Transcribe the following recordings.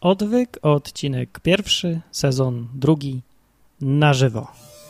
Odwyk, odcinek 1, sezon 2, na żywo.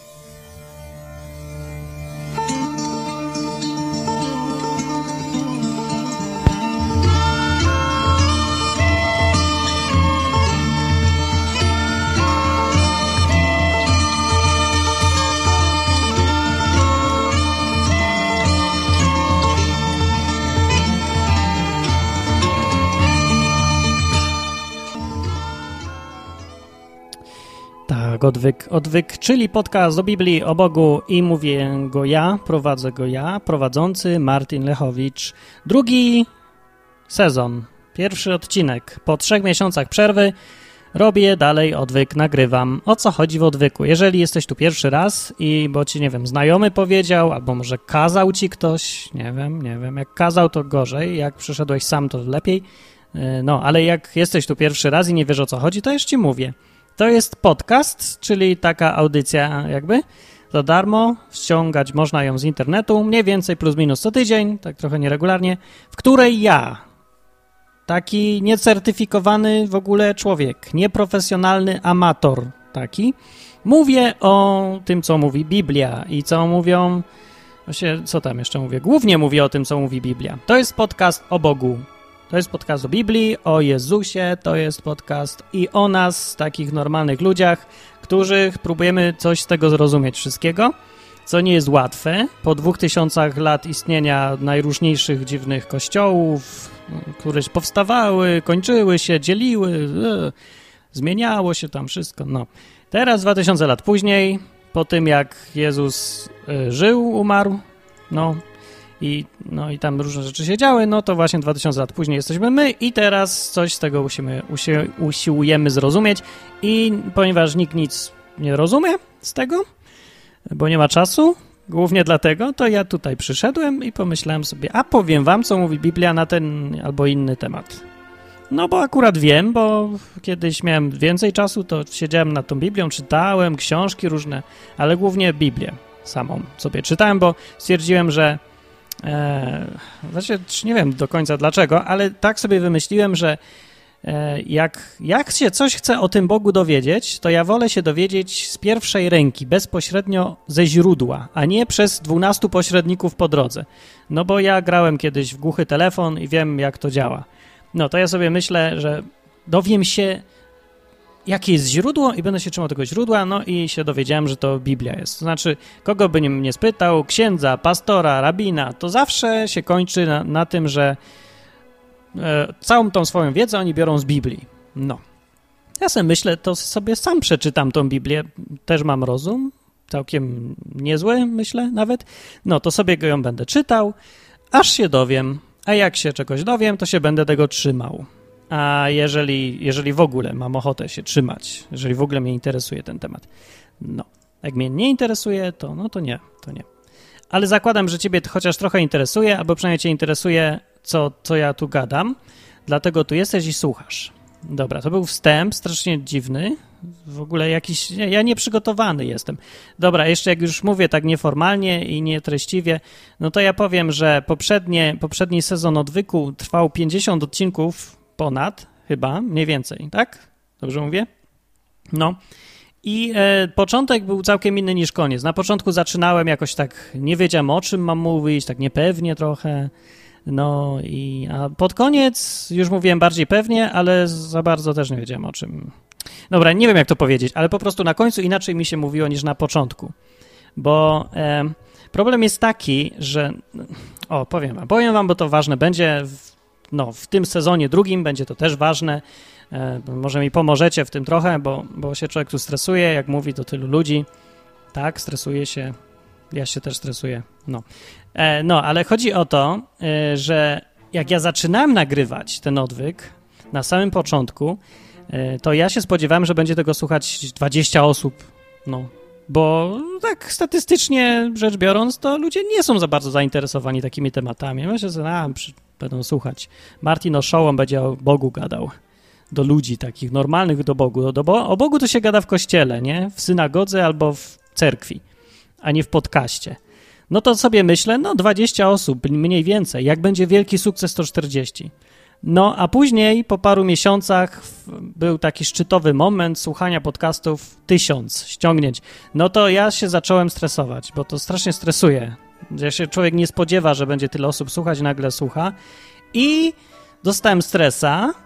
Tak, odwyk, czyli podcast o Biblii, o Bogu i mówię go ja, prowadzę go ja, prowadzący Martin Lechowicz. Drugi sezon, pierwszy odcinek. Po 3 miesiącach przerwy robię dalej odwyk, nagrywam. O co chodzi w odwyku? Jeżeli jesteś tu pierwszy raz i bo ci, nie wiem, znajomy powiedział, albo może kazał ci ktoś, nie wiem, jak kazał to gorzej, jak przyszedłeś sam to lepiej, no, ale jak jesteś tu pierwszy raz i nie wiesz o co chodzi, to już ci mówię. To jest podcast, czyli taka audycja jakby za darmo, ściągać można ją z internetu, mniej więcej plus minus co tydzień, tak trochę nieregularnie, w której ja, taki niecertyfikowany w ogóle człowiek, nieprofesjonalny amator taki, mówię o tym, co mówi Biblia i co mówią, właśnie co tam jeszcze mówię, głównie mówię o tym, co mówi Biblia. To jest podcast o Bogu. To jest podcast o Biblii, o Jezusie, to jest podcast i o nas, takich normalnych ludziach, którzy próbujemy coś z tego zrozumieć wszystkiego, co nie jest łatwe. Po 2000 lat istnienia najróżniejszych dziwnych kościołów, które powstawały, kończyły się, dzieliły, zmieniało się tam wszystko. No. Teraz 2000 lat później, po tym jak Jezus żył, umarł, i tam różne rzeczy się działy, no to właśnie 2000 lat później jesteśmy my i teraz coś z tego usiłujemy zrozumieć i ponieważ nikt nic nie rozumie z tego, bo nie ma czasu, głównie dlatego, to ja tutaj przyszedłem i pomyślałem sobie, a powiem wam, co mówi Biblia na ten albo inny temat. No bo akurat wiem, bo kiedyś miałem więcej czasu, to siedziałem nad tą Biblią, czytałem książki różne, ale głównie Biblię samą sobie czytałem, bo stwierdziłem, że nie wiem do końca dlaczego, ale tak sobie wymyśliłem, że jak się coś chce o tym Bogu dowiedzieć, to ja wolę się dowiedzieć z pierwszej ręki, bezpośrednio ze źródła, a nie przez 12 pośredników po drodze. No bo ja grałem kiedyś w głuchy telefon i wiem, jak to działa. No to ja sobie myślę, że dowiem się, jakie jest źródło i będę się trzymał tego źródła, no i się dowiedziałem, że to Biblia jest. To znaczy, kogo by nie spytał, księdza, pastora, rabina, to zawsze się kończy na tym, że całą tą swoją wiedzę oni biorą z Biblii. No. Ja sobie myślę, to sobie sam przeczytam tą Biblię, też mam rozum, całkiem niezły, myślę nawet. No, to sobie ją będę czytał, aż się dowiem, a jak się czegoś dowiem, to się będę tego trzymał. A jeżeli w ogóle mam ochotę się trzymać, jeżeli w ogóle mnie interesuje ten temat, no. Jak mnie nie interesuje, to nie. Ale zakładam, że ciebie chociaż trochę interesuje, albo przynajmniej cię interesuje, co ja tu gadam, dlatego tu jesteś i słuchasz. Dobra, to był wstęp, strasznie dziwny, w ogóle jakiś, ja nieprzygotowany jestem. Dobra, jeszcze jak już mówię tak nieformalnie i nietreściwie, no to ja powiem, że poprzedni sezon odwyku trwał 50 odcinków ponad, chyba, mniej więcej, tak? Dobrze mówię? No. I początek był całkiem inny niż koniec. Na początku zaczynałem jakoś tak, nie wiedziałem o czym mam mówić, tak niepewnie trochę. No a pod koniec już mówiłem bardziej pewnie, ale za bardzo też nie wiedziałem o czym. Dobra, nie wiem jak to powiedzieć, ale po prostu na końcu inaczej mi się mówiło niż na początku. Bo problem jest taki, że... powiem wam, bo to ważne będzie... w tym sezonie drugim będzie to też ważne. Może mi pomożecie w tym trochę, bo się człowiek tu stresuje, jak mówi do tylu ludzi. Tak, stresuje się. Ja się też stresuję. Ale chodzi o to, że jak ja zaczynałem nagrywać ten odwyk na samym początku, to ja się spodziewałem, że będzie tego słuchać 20 osób. Bo tak statystycznie rzecz biorąc, to ludzie nie są za bardzo zainteresowani takimi tematami. Myślę, że będą słuchać. Martin Oszołom będzie o Bogu gadał. Do ludzi takich normalnych, do Bogu. O Bogu to się gada w kościele, nie? W synagodze albo w cerkwi, a nie w podcaście. No to sobie myślę, 20 osób, mniej więcej. Jak będzie wielki sukces, to 40. No, a później po paru miesiącach był taki szczytowy moment słuchania podcastów 1000 ściągnięć. No to ja się zacząłem stresować, bo to strasznie stresuje. Że się człowiek nie spodziewa, że będzie tyle osób słuchać, nagle słucha. I dostałem stresa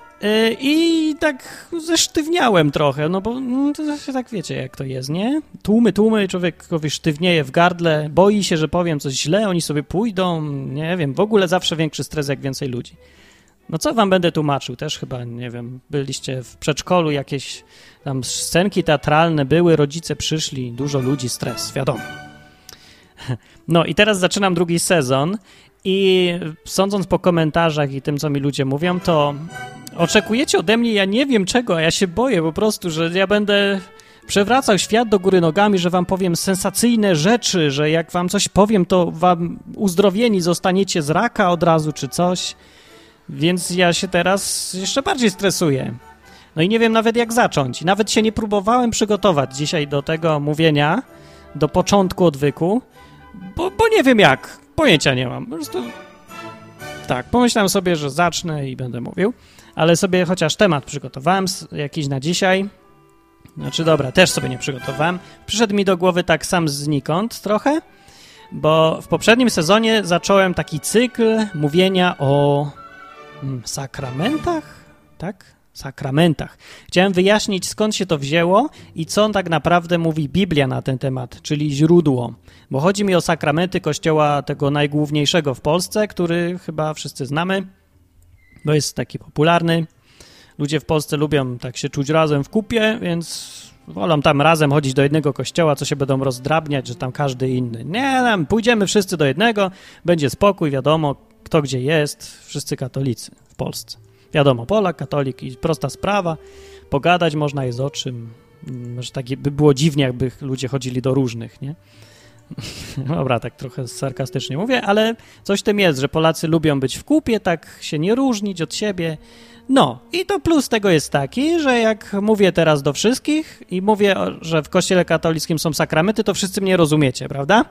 i tak zesztywniałem trochę, no bo to się tak wiecie, jak to jest, nie? Tłumy, człowiekowi sztywnieje w gardle, boi się, że powiem coś źle, oni sobie pójdą, nie wiem, w ogóle zawsze większy stres, jak więcej ludzi. No co wam będę tłumaczył? Też chyba, nie wiem, byliście w przedszkolu, jakieś tam scenki teatralne były, rodzice przyszli, dużo ludzi, stres, wiadomo. No i teraz zaczynam drugi sezon i sądząc po komentarzach i tym, co mi ludzie mówią, to oczekujecie ode mnie, ja nie wiem czego, a ja się boję po prostu, że ja będę przewracał świat do góry nogami, że wam powiem sensacyjne rzeczy, że jak wam coś powiem, to wam uzdrowieni zostaniecie z raka od razu czy coś. Więc ja się teraz jeszcze bardziej stresuję. No i nie wiem nawet jak zacząć. Nawet się nie próbowałem przygotować dzisiaj do tego mówienia, do początku odwyku, bo nie wiem jak. Pojęcia nie mam. Po prostu tak, pomyślałem sobie, że zacznę i będę mówił, ale sobie chociaż temat przygotowałem jakiś na dzisiaj. Znaczy dobra, też sobie nie przygotowałem. Przyszedł mi do głowy tak sam znikąd trochę, bo w poprzednim sezonie zacząłem taki cykl mówienia o sakramentach? Tak? Sakramentach. Chciałem wyjaśnić, skąd się to wzięło i co tak naprawdę mówi Biblia na ten temat, czyli źródło. Bo chodzi mi o sakramenty kościoła tego najgłówniejszego w Polsce, który chyba wszyscy znamy, bo jest taki popularny. Ludzie w Polsce lubią tak się czuć razem w kupie, więc wolą tam razem chodzić do jednego kościoła, co się będą rozdrabniać, że tam każdy inny. Nie, tam pójdziemy wszyscy do jednego, będzie spokój, wiadomo, kto gdzie jest, wszyscy katolicy w Polsce. Wiadomo, Polak, katolik i prosta sprawa, pogadać można jest o czym, że tak by było dziwnie, jakby ludzie chodzili do różnych, nie? Dobra, tak trochę sarkastycznie mówię, ale coś w tym jest, że Polacy lubią być w kupie, tak się nie różnić od siebie. No i to plus tego jest taki, że jak mówię teraz do wszystkich i mówię, że w kościele katolickim są sakramenty, to wszyscy mnie rozumiecie, prawda?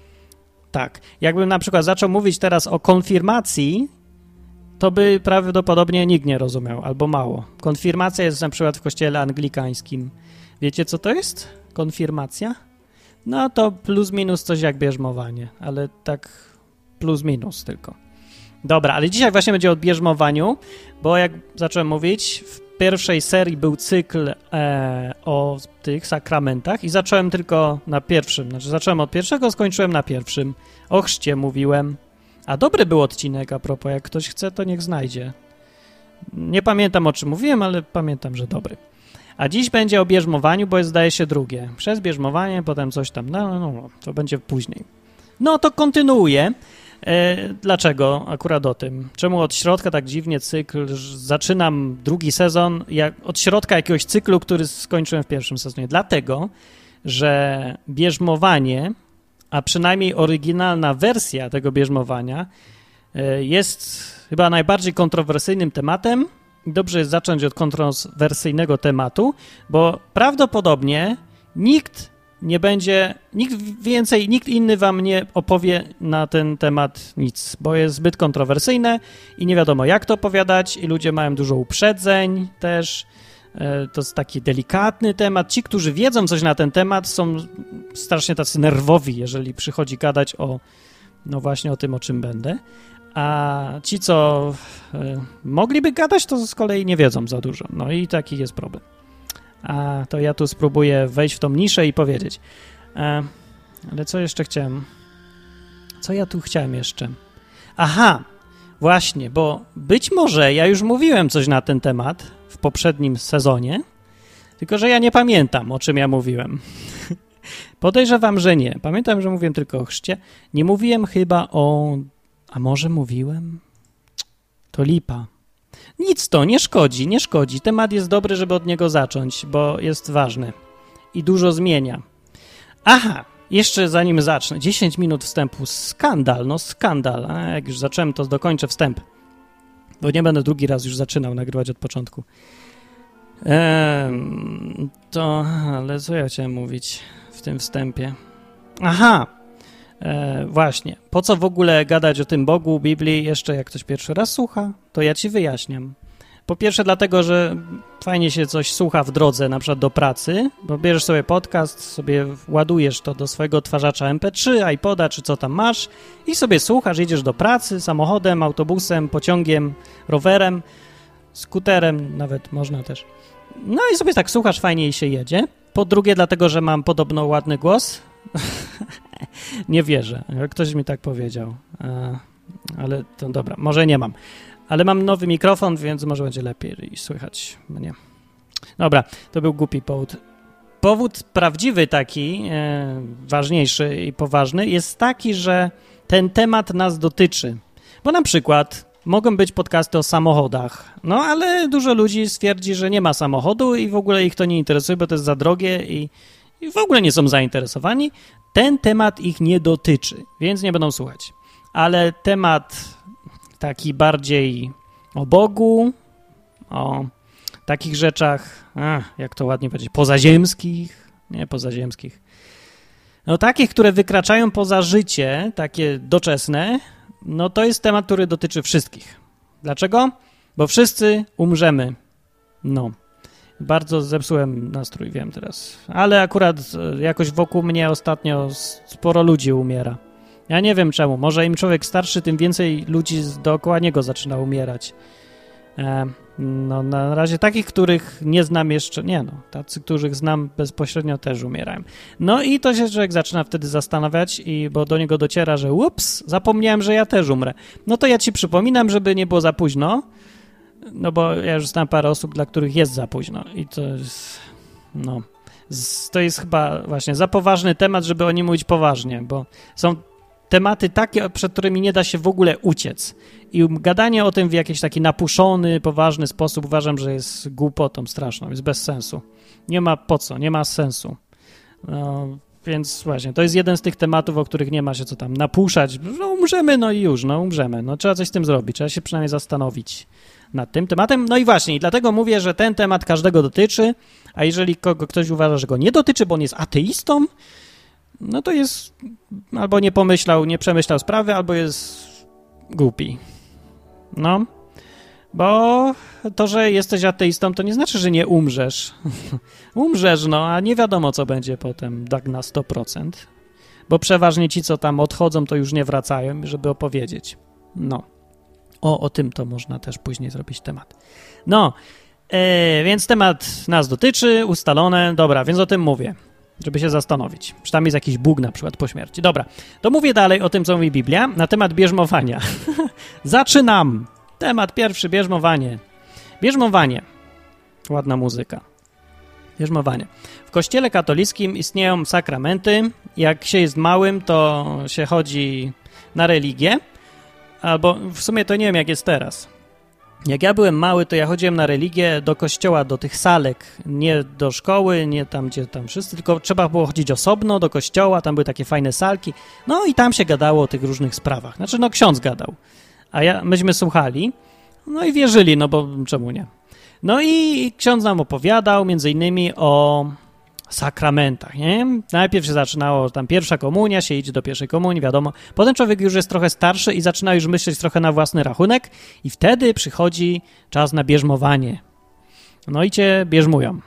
Tak. Jakbym na przykład zaczął mówić teraz o konfirmacji, to by prawdopodobnie nikt nie rozumiał, albo mało. Konfirmacja jest na przykład w kościele anglikańskim. Wiecie, co to jest? Konfirmacja? No to plus minus coś jak bierzmowanie, ale tak plus minus tylko. Dobra, ale dzisiaj właśnie będzie o bierzmowaniu, bo jak zacząłem mówić, w pierwszej serii był cykl o tych sakramentach i zacząłem tylko na pierwszym, znaczy zacząłem od pierwszego, skończyłem na pierwszym. O chrzcie mówiłem, a dobry był odcinek a propos, jak ktoś chce, to niech znajdzie. Nie pamiętam o czym mówiłem, ale pamiętam, że dobry. A dziś będzie o bierzmowaniu, bo jest zdaje się drugie. Przez bierzmowanie, potem coś tam, no, to będzie później. No to kontynuuję. Dlaczego akurat o tym? Czemu od środka tak dziwnie cykl? Zaczynam drugi sezon od środka jakiegoś cyklu, który skończyłem w pierwszym sezonie. Dlatego, że bierzmowanie, a przynajmniej oryginalna wersja tego bierzmowania jest chyba najbardziej kontrowersyjnym tematem. Dobrze jest zacząć od kontrowersyjnego tematu, bo prawdopodobnie nikt inny wam nie opowie na ten temat nic, bo jest zbyt kontrowersyjne i nie wiadomo jak to opowiadać i ludzie mają dużo uprzedzeń też. To jest taki delikatny temat. Ci, którzy wiedzą coś na ten temat, są strasznie tacy nerwowi, jeżeli przychodzi gadać no właśnie o tym, o czym będę. A ci, co mogliby gadać, to z kolei nie wiedzą za dużo. No i taki jest problem. A to ja tu spróbuję wejść w tą niszę i powiedzieć. Ale co jeszcze chciałem? Co ja tu chciałem jeszcze? Aha, właśnie, bo być może ja już mówiłem coś na ten temat w poprzednim sezonie, tylko że ja nie pamiętam, o czym ja mówiłem. Podejrzewam, że nie. Pamiętam, że mówiłem tylko o chrzcie. Nie mówiłem chyba o... A może mówiłem? To lipa. Nic to, nie szkodzi, nie szkodzi. Temat jest dobry, żeby od niego zacząć, bo jest ważny i dużo zmienia. Aha, jeszcze zanim zacznę, 10 minut wstępu. Skandal. A jak już zacząłem, to dokończę wstęp, bo nie będę drugi raz już zaczynał nagrywać od początku. Ale co ja chciałem mówić w tym wstępie? Aha, Właśnie, po co w ogóle gadać o tym Bogu, Biblii, jeszcze jak ktoś pierwszy raz słucha, to ja ci wyjaśniam. Po pierwsze dlatego, że fajnie się coś słucha w drodze, na przykład do pracy, bo bierzesz sobie podcast, sobie ładujesz to do swojego odtwarzacza MP3, iPoda, czy co tam masz i sobie słuchasz, jedziesz do pracy samochodem, autobusem, pociągiem, rowerem, skuterem nawet można też. No i sobie tak słuchasz, fajnie się jedzie. Po drugie dlatego, że mam podobno ładny głos. Nie wierzę, ktoś mi tak powiedział, ale to dobra, może nie mam. Ale mam nowy mikrofon, więc może będzie lepiej słychać mnie. Dobra, to był głupi powód. Powód prawdziwy taki, ważniejszy i poważny jest taki, że ten temat nas dotyczy. Bo na przykład mogą być podcasty o samochodach, no ale dużo ludzi stwierdzi, że nie ma samochodu i w ogóle ich to nie interesuje, bo to jest za drogie i w ogóle nie są zainteresowani. Ten temat ich nie dotyczy, więc nie będą słuchać. Ale temat taki bardziej o Bogu, o takich rzeczach, jak to ładnie powiedzieć, pozaziemskich, nie pozaziemskich, no takich, które wykraczają poza życie, takie doczesne, no to jest temat, który dotyczy wszystkich. Dlaczego? Bo wszyscy umrzemy. No, bardzo zepsułem nastrój, wiem teraz, ale akurat jakoś wokół mnie ostatnio sporo ludzi umiera. Ja nie wiem czemu. Może im człowiek starszy, tym więcej ludzi dookoła niego zaczyna umierać. No na razie takich, których nie znam jeszcze, tacy, których znam bezpośrednio też umierają. No i to się człowiek zaczyna wtedy zastanawiać, bo do niego dociera, że ups, zapomniałem, że ja też umrę. No to ja ci przypominam, żeby nie było za późno, no bo ja już znam parę osób, dla których jest za późno i to jest, to jest chyba właśnie za poważny temat, żeby o nim mówić poważnie, bo są tematy takie, przed którymi nie da się w ogóle uciec. I gadanie o tym w jakiś taki napuszony, poważny sposób uważam, że jest głupotą straszną, jest bez sensu. Nie ma po co, nie ma sensu. No, więc właśnie, to jest jeden z tych tematów, o których nie ma się co tam napuszać. No umrzemy, no i już, umrzemy. No trzeba coś z tym zrobić, trzeba się przynajmniej zastanowić nad tym tematem. No i właśnie, i dlatego mówię, że ten temat każdego dotyczy, a jeżeli ktoś uważa, że go nie dotyczy, bo on jest ateistą, no to jest albo nie przemyślał sprawy, albo jest głupi. No, bo to, że jesteś ateistą, to nie znaczy, że nie umrzesz. Umrzesz, a nie wiadomo, co będzie potem, tak na 100%. Bo przeważnie ci, co tam odchodzą, to już nie wracają, żeby opowiedzieć. No, o tym to można też później zrobić temat. No, więc temat nas dotyczy, ustalone, dobra, więc o tym mówię. Żeby się zastanowić. Czy tam jest jakiś Bóg na przykład po śmierci. Dobra, to mówię dalej o tym, co mówi Biblia, na temat bierzmowania. Zaczynam! Temat pierwszy, bierzmowanie. Bierzmowanie. Ładna muzyka. Bierzmowanie. W kościele katolickim istnieją sakramenty. Jak się jest małym, to się chodzi na religię. Albo w sumie to nie wiem, jak jest teraz. Jak ja byłem mały, to ja chodziłem na religię do kościoła, do tych salek, nie do szkoły, nie tam, gdzie tam wszyscy, tylko trzeba było chodzić osobno do kościoła, tam były takie fajne salki, no i tam się gadało o tych różnych sprawach. Znaczy, ksiądz gadał, a myśmy słuchali, no i wierzyli, bo czemu nie? No i ksiądz nam opowiadał między innymi o sakramentach, nie? Najpierw się zaczynało, tam pierwsza komunia, się idzie do pierwszej komunii, wiadomo. Potem człowiek już jest trochę starszy i zaczyna już myśleć trochę na własny rachunek i wtedy przychodzi czas na bierzmowanie. No i cię bierzmują.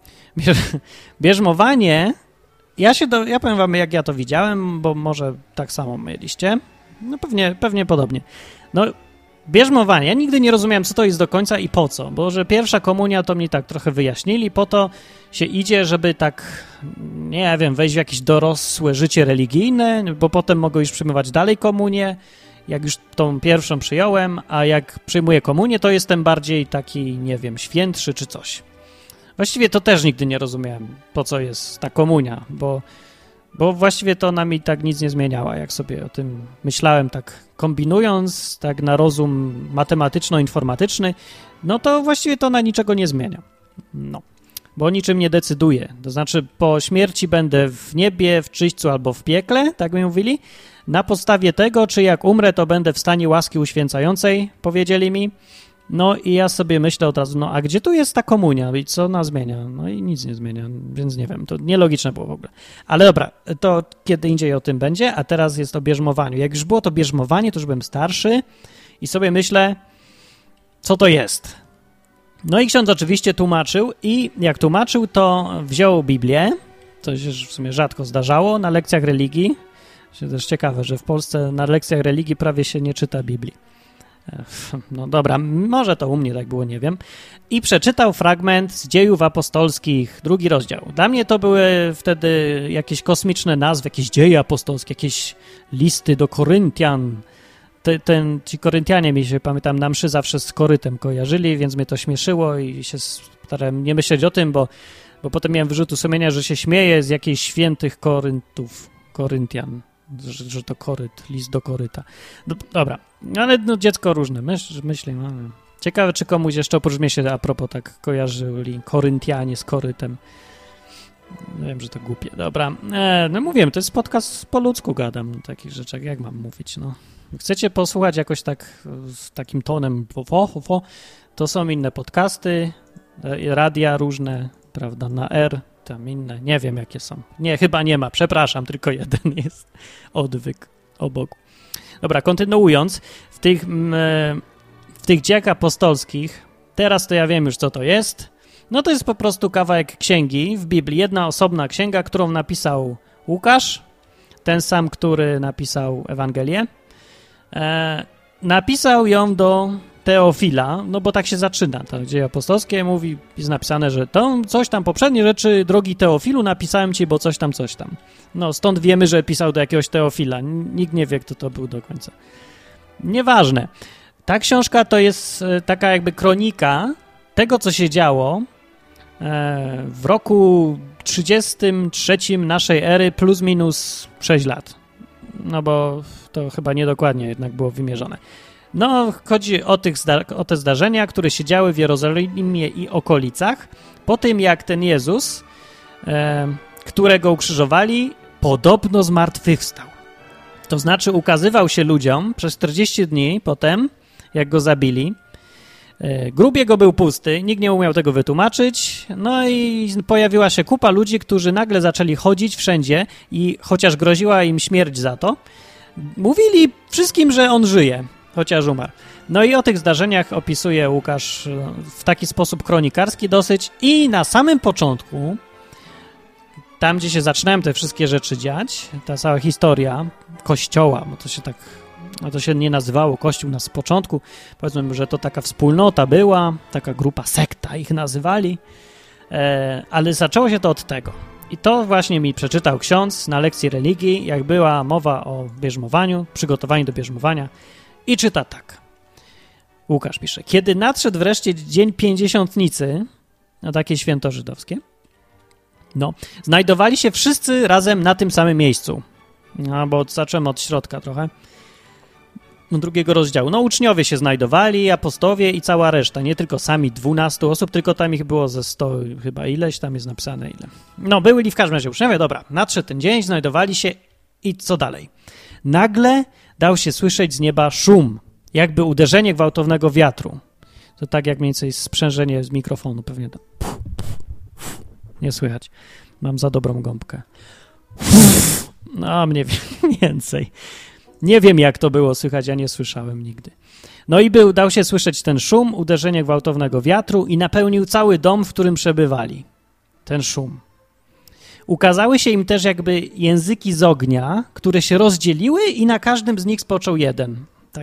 Bierzmowanie, ja powiem wam, jak ja to widziałem, bo może tak samo mieliście. No pewnie podobnie. No, bierzmowanie. Ja nigdy nie rozumiałem, co to jest do końca i po co, bo że pierwsza komunia to mi tak trochę wyjaśnili, po to się idzie, żeby tak, nie wiem, wejść w jakieś dorosłe życie religijne, bo potem mogę już przyjmować dalej komunię, jak już tą pierwszą przyjąłem, a jak przyjmuję komunię, to jestem bardziej taki, nie wiem, świętszy czy coś. Właściwie to też nigdy nie rozumiałem, po co jest ta komunia, bo właściwie to ona mi tak nic nie zmieniała, jak sobie o tym myślałem, tak kombinując, tak na rozum matematyczno-informatyczny, no to właściwie to ona niczego nie zmienia. No, bo o niczym nie decyduje. To znaczy po śmierci będę w niebie, w czyśćcu albo w piekle, tak mi mówili, na podstawie tego, czy jak umrę, to będę w stanie łaski uświęcającej, powiedzieli mi. No i ja sobie myślę od razu, no a gdzie tu jest ta komunia i co ona zmienia? No i nic nie zmienia, więc nie wiem, to nielogiczne było w ogóle. Ale dobra, to kiedy indziej o tym będzie, a teraz jest o bierzmowaniu. Jak już było to bierzmowanie, to już byłem starszy i sobie myślę, co to jest? No i ksiądz oczywiście tłumaczył i jak tłumaczył, to wziął Biblię, co się w sumie rzadko zdarzało na lekcjach religii. To też ciekawe, że w Polsce na lekcjach religii prawie się nie czyta Biblii. No dobra, może to u mnie tak było, nie wiem. I przeczytał fragment z Dziejów Apostolskich, 2 rozdział. Dla mnie to były wtedy jakieś kosmiczne nazwy, jakieś dzieje apostolskie, jakieś listy do Koryntian. Ci Koryntianie mi się, pamiętam, na mszy zawsze z korytem kojarzyli, więc mnie to śmieszyło i się starałem nie myśleć o tym, bo potem miałem wyrzutu sumienia, że się śmieję z jakichś świętych Koryntian. Że to koryt, list do koryta. Dobra, ale no, dziecko różne, myśli. No. Ciekawe, czy komuś jeszcze oprócz mnie się a propos tak kojarzyli Koryntianie z korytem. Wiem, że to głupie. Dobra, no mówiłem, to jest podcast po ludzku gadam o takich rzeczach, jak mam mówić, no. Chcecie posłuchać jakoś tak z takim tonem, to są inne podcasty, radia różne, prawda, na R, tam inne, nie wiem jakie są. Nie, chyba nie ma, przepraszam, tylko jeden jest odwyk obok. Dobra, kontynuując, w tych dziejach apostolskich, teraz to ja wiem już co to jest, no to jest po prostu kawałek księgi w Biblii, jedna osobna księga, którą napisał Łukasz, ten sam, który napisał Ewangelię. Napisał ją do Teofila, no bo tak się zaczyna, to dzieje apostolskie, mówi, jest napisane, że to coś tam, poprzednie rzeczy, drogi Teofilu, napisałem ci, bo coś tam. No stąd wiemy, że pisał do jakiegoś Teofila, nikt nie wie, kto to był do końca. Nieważne. Ta książka to jest taka jakby kronika tego, co się działo w roku 33 naszej ery plus minus 6 lat. No bo to chyba niedokładnie jednak było wymierzone. No, chodzi o te zdarzenia, które się działy w Jerozolimie i okolicach, po tym jak ten Jezus, którego ukrzyżowali, podobno zmartwychwstał. To znaczy ukazywał się ludziom przez 40 dni potem, jak go zabili. Grób jego był pusty, nikt nie umiał tego wytłumaczyć, no i pojawiła się kupa ludzi, którzy nagle zaczęli chodzić wszędzie i chociaż groziła im śmierć za to, mówili wszystkim, że on żyje, chociaż umarł. No i o tych zdarzeniach opisuje Łukasz w taki sposób kronikarski dosyć i na samym początku, tam gdzie się zaczynają te wszystkie rzeczy dziać, ta cała historia Kościoła, bo to się tak... No to się nie nazywało Kościół na początku. Powiedzmy, że to taka wspólnota była, taka grupa, sekta ich nazywali, ale zaczęło się to od tego. I to właśnie mi przeczytał ksiądz na lekcji religii, jak była mowa o bierzmowaniu, przygotowaniu do bierzmowania i czyta tak. Łukasz pisze, kiedy nadszedł wreszcie dzień Pięćdziesiątnicy, no takie święto żydowskie, no, znajdowali się wszyscy razem na tym samym miejscu. No, bo zacząłem od środka trochę. 2 rozdziału. No uczniowie się znajdowali, apostowie i cała reszta. Nie tylko sami 12 osób, tylko tam ich było ze 100 chyba ileś, tam jest napisane ile. No byli w każdym razie uczniowie, dobra. Nadszedł ten dzień, znajdowali się i co dalej? Nagle dał się słyszeć z nieba szum, jakby uderzenie gwałtownego wiatru. To tak jak mniej więcej sprzężenie z mikrofonu, pewnie to. Nie słychać. Mam za dobrą gąbkę. No mniej więcej. Nie wiem, jak to było słychać, ja nie słyszałem nigdy. No i dał się słyszeć ten szum, uderzenie gwałtownego wiatru i napełnił cały dom, w którym przebywali. Ten szum. Ukazały się im też jakby języki z ognia, które się rozdzieliły i na każdym z nich spoczął jeden.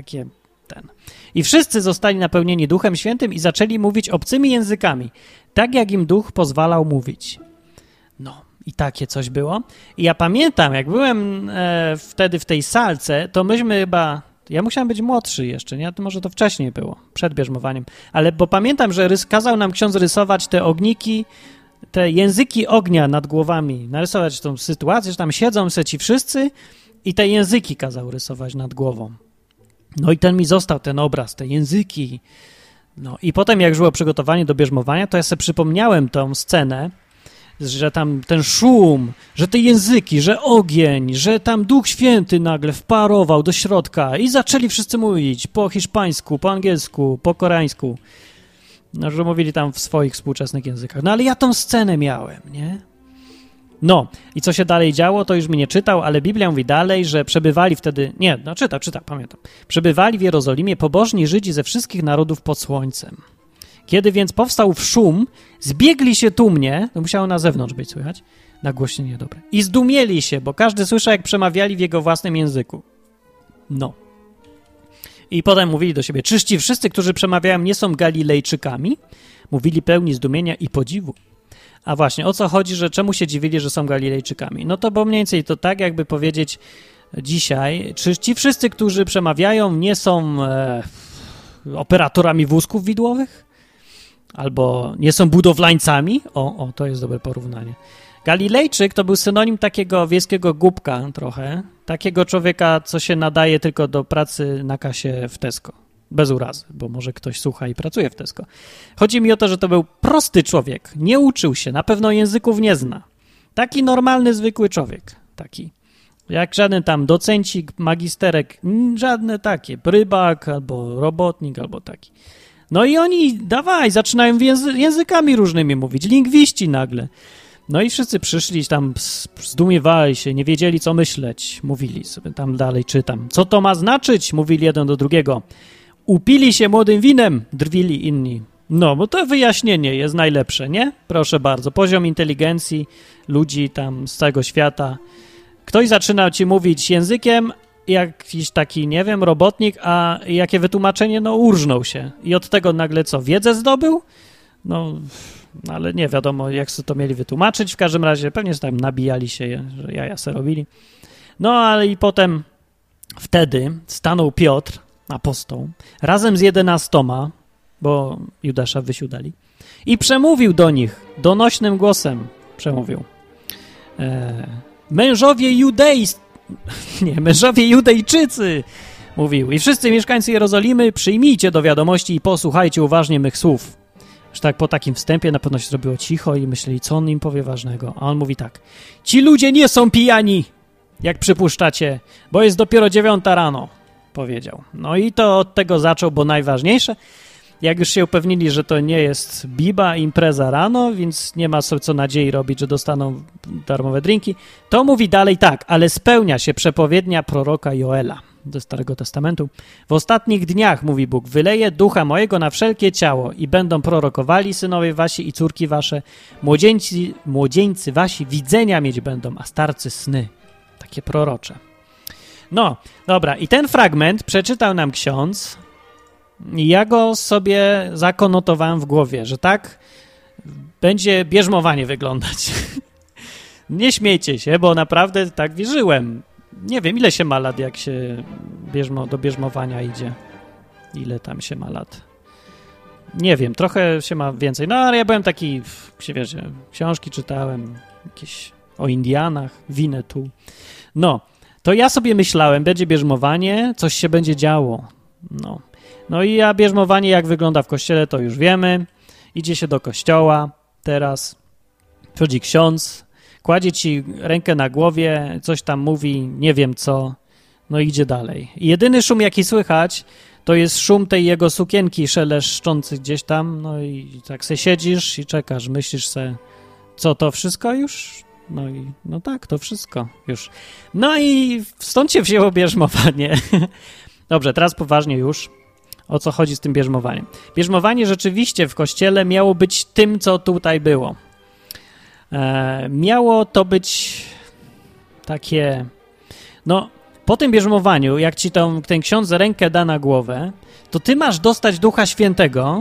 I wszyscy zostali napełnieni Duchem Świętym i zaczęli mówić obcymi językami, tak jak im Duch pozwalał mówić. No. I takie coś było. I ja pamiętam, jak byłem wtedy w tej salce, to myśmy chyba... Ja musiałem być młodszy jeszcze, nie? To może to wcześniej było, przed bierzmowaniem. Ale bo pamiętam, że kazał nam ksiądz rysować te ogniki, te języki ognia nad głowami. Narysować tą sytuację, że tam siedzą se ci wszyscy i te języki kazał rysować nad głową. No i mi został ten obraz, te języki. No i potem jak już było przygotowanie do bierzmowania, to ja sobie przypomniałem tą scenę, że tam ten szum, że te języki, że ogień, że tam Duch Święty nagle wparował do środka i zaczęli wszyscy mówić po hiszpańsku, po angielsku, po koreańsku. No, że mówili tam w swoich współczesnych językach. No ale ja tą scenę miałem, nie? No i co się dalej działo, to już mi nie czytał, ale Biblia mówi dalej, że przebywali wtedy, nie, no czyta, pamiętam. Przebywali w Jerozolimie pobożni Żydzi ze wszystkich narodów pod słońcem. Kiedy więc powstał szum, zbiegli się tłumnie, to musiało na zewnątrz być słychać, nagłośnienie dobre, i zdumieli się, bo każdy słyszał, jak przemawiali w jego własnym języku. No. I potem mówili do siebie, czyż ci wszyscy, którzy przemawiają, nie są Galilejczykami? Mówili pełni zdumienia i podziwu. A właśnie, o co chodzi, że czemu się dziwili, że są Galilejczykami? No to bo mniej więcej to tak, jakby powiedzieć dzisiaj, czy ci wszyscy, którzy przemawiają, nie są operatorami wózków widłowych? Albo nie są budowlańcami? O, to jest dobre porównanie. Galilejczyk to był synonim takiego wiejskiego głupka trochę, takiego człowieka, co się nadaje tylko do pracy na kasie w Tesco. Bez urazy, bo może ktoś słucha i pracuje w Tesco. Chodzi mi o to, że to był prosty człowiek. Nie uczył się, na pewno języków nie zna. Taki normalny, zwykły człowiek. Taki. Jak żaden tam docencik, magisterek, żadne takie. Rybak albo robotnik albo taki. No i oni, zaczynają językami różnymi mówić. Lingwiści nagle. No i wszyscy przyszli tam, zdumiewali się, nie wiedzieli co myśleć. Mówili sobie tam dalej, czytam. Co to ma znaczyć? Mówili jeden do drugiego. Upili się młodym winem, drwili inni. No, bo to wyjaśnienie jest najlepsze, nie? Proszę bardzo. Poziom inteligencji ludzi tam z całego świata. Ktoś zaczyna ci mówić językiem, jakiś taki, nie wiem, robotnik, a jakie wytłumaczenie? No, urżnął się. I od tego nagle co? Wiedzę zdobył? No, ale nie wiadomo, jak sobie to mieli wytłumaczyć. W każdym razie pewnie tam nabijali się, że jaja se robili. No, ale i potem wtedy stanął Piotr, apostoł, razem z 11, bo Judasza wysiudali, i przemówił do nich, donośnym głosem przemówił. Mężowie Judejczycy, mówił, i wszyscy mieszkańcy Jerozolimy, przyjmijcie do wiadomości i posłuchajcie uważnie mych słów. Już tak po takim wstępie na pewno się zrobiło cicho i myśleli, co on im powie ważnego. A on mówi tak, ci ludzie nie są pijani, jak przypuszczacie, bo jest dopiero 9 rano. Powiedział. No i to od tego zaczął, bo najważniejsze, jak już się upewnili, że to nie jest biba, impreza rano, więc nie ma co nadziei robić, że dostaną darmowe drinki, to mówi dalej tak, ale spełnia się przepowiednia proroka Joela ze Starego Testamentu. W ostatnich dniach, mówi Bóg, wyleję ducha mojego na wszelkie ciało i będą prorokowali synowie wasi i córki wasze, młodzieńcy wasi widzenia mieć będą, a starcy sny. Takie prorocze. No, dobra, i ten fragment przeczytał nam ksiądz i ja go sobie zakonotowałem w głowie, że tak będzie bierzmowanie wyglądać. Nie śmiejcie się, bo naprawdę tak wierzyłem. Nie wiem, ile się ma lat, jak się do bierzmowania idzie. Ile tam się ma lat? Nie wiem, trochę się ma więcej. No, ale ja byłem taki, wiecie, książki czytałem, jakieś o Indianach, Winnetou. No, to ja sobie myślałem, będzie bierzmowanie, coś się będzie działo. No i bierzmowanie, jak wygląda w kościele, to już wiemy. Idzie się do kościoła teraz, przychodzi ksiądz, kładzie ci rękę na głowie, coś tam mówi, nie wiem co, no idzie dalej. I jedyny szum, jaki słychać, to jest szum tej jego sukienki szeleszczący gdzieś tam, no i tak se siedzisz i czekasz, myślisz se, co to wszystko już? No tak, to wszystko już. No i stąd się wzięło bierzmowanie. Dobrze, teraz poważnie już. O co chodzi z tym bierzmowaniem? Bierzmowanie rzeczywiście w kościele miało być tym, co tutaj było. Miało to być takie... No, po tym bierzmowaniu, jak ci ten ksiądz rękę da na głowę, to ty masz dostać Ducha Świętego.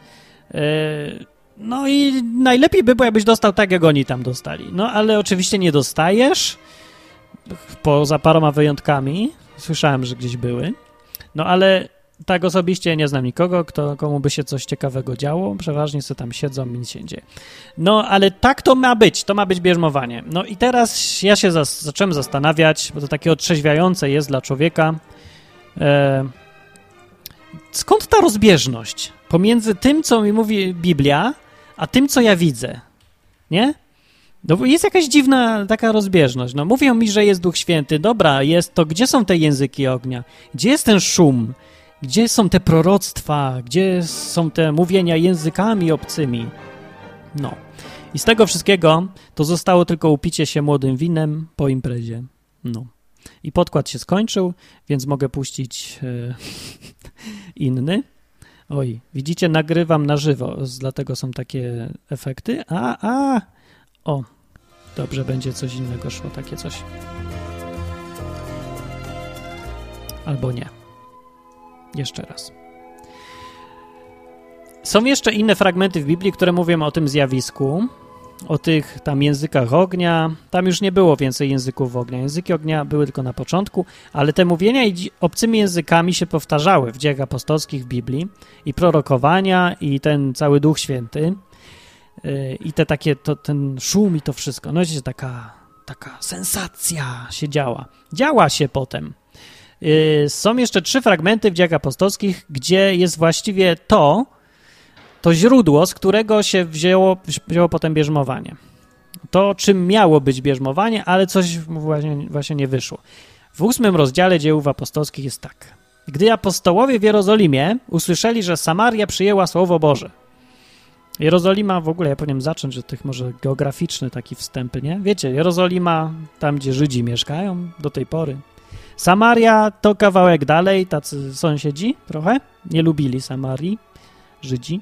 No i najlepiej by było, jakbyś dostał tak, jak oni tam dostali. No, ale oczywiście nie dostajesz, poza paroma wyjątkami. Słyszałem, że gdzieś były. No, ale tak osobiście nie znam nikogo, komu by się coś ciekawego działo. Przeważnie sobie tam siedzą i nic się nie dzieje. No, ale tak to ma być bierzmowanie. No i teraz ja się zacząłem zastanawiać, bo to takie otrzeźwiające jest dla człowieka. Skąd ta rozbieżność pomiędzy tym, co mi mówi Biblia, a tym, co ja widzę, nie? No bo jest jakaś dziwna taka rozbieżność. No mówią mi, że jest Duch Święty. Dobra, jest to. Gdzie są te języki ognia? Gdzie jest ten szum? Gdzie są te proroctwa? Gdzie są te mówienia językami obcymi? No. I z tego wszystkiego to zostało tylko upicie się młodym winem po imprezie. No. I podkład się skończył, więc mogę puścić inny. Oj, widzicie, nagrywam na żywo, dlatego są takie efekty. O, dobrze, będzie coś innego szło, takie coś. Albo nie. Jeszcze raz. Są jeszcze inne fragmenty w Biblii, które mówią o tym zjawisku, o tych tam językach ognia. Tam już nie było więcej języków ognia. Języki ognia były tylko na początku, ale te mówienia obcymi językami się powtarzały w Dziejach Apostolskich w Biblii i prorokowania i ten cały Duch Święty i te takie, ten szum i to wszystko. No wiecie, taka sensacja się działa. Działa się potem. Są jeszcze 3 fragmenty w Dziejach Apostolskich, gdzie jest właściwie to źródło, z którego się wzięło potem bierzmowanie. To, czym miało być bierzmowanie, ale coś właśnie nie wyszło. W 8 rozdziale Dziejów Apostolskich jest tak. Gdy apostołowie w Jerozolimie usłyszeli, że Samaria przyjęła Słowo Boże. Jerozolima w ogóle, ja powinienem zacząć od tych może geograficzny taki wstęp, nie? Wiecie, Jerozolima, tam gdzie Żydzi mieszkają do tej pory. Samaria to kawałek dalej, tacy sąsiedzi trochę, nie lubili Samarii, Żydzi.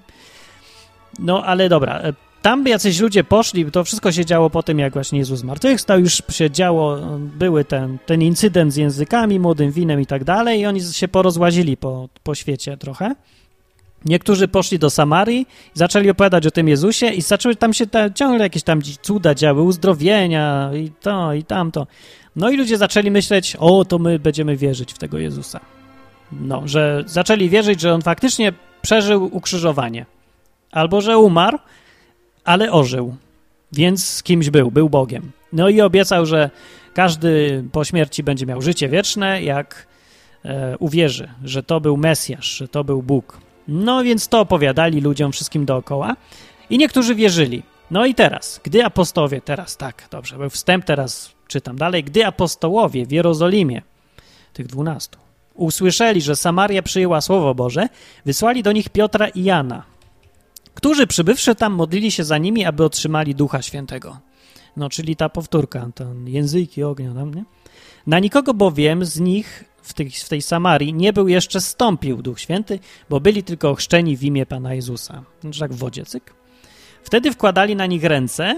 No ale dobra, tam jacyś ludzie poszli, to wszystko się działo po tym, jak właśnie Jezus zmartwychwstał, już się działo, były ten incydent z językami, młodym winem i tak dalej i oni się porozłazili po świecie trochę. Niektórzy poszli do Samarii, zaczęli opowiadać o tym Jezusie i zaczęły tam się ciągle jakieś tam cuda działy, uzdrowienia i to i tamto. No i ludzie zaczęli myśleć, to my będziemy wierzyć w tego Jezusa. No, że zaczęli wierzyć, że on faktycznie przeżył ukrzyżowanie. Albo, że umarł, ale ożył. Więc z kimś był Bogiem. No i obiecał, że każdy po śmierci będzie miał życie wieczne, jak uwierzy, że to był Mesjasz, że to był Bóg. No więc to opowiadali ludziom wszystkim dookoła i niektórzy wierzyli. No i teraz, gdy apostołowie, był wstęp, teraz czytam dalej, gdy apostołowie w Jerozolimie, tych 12, usłyszeli, że Samaria przyjęła Słowo Boże, wysłali do nich Piotra i Jana, którzy przybywszy tam modlili się za nimi, aby otrzymali Ducha Świętego. No, czyli ta powtórka, ten języki ognia tam, nie? Na nikogo bowiem z nich w tej Samarii nie był jeszcze zstąpił Duch Święty, bo byli tylko ochrzczeni w imię Pana Jezusa. Znaczy tak w wodzie, cyk. Wtedy wkładali na nich ręce,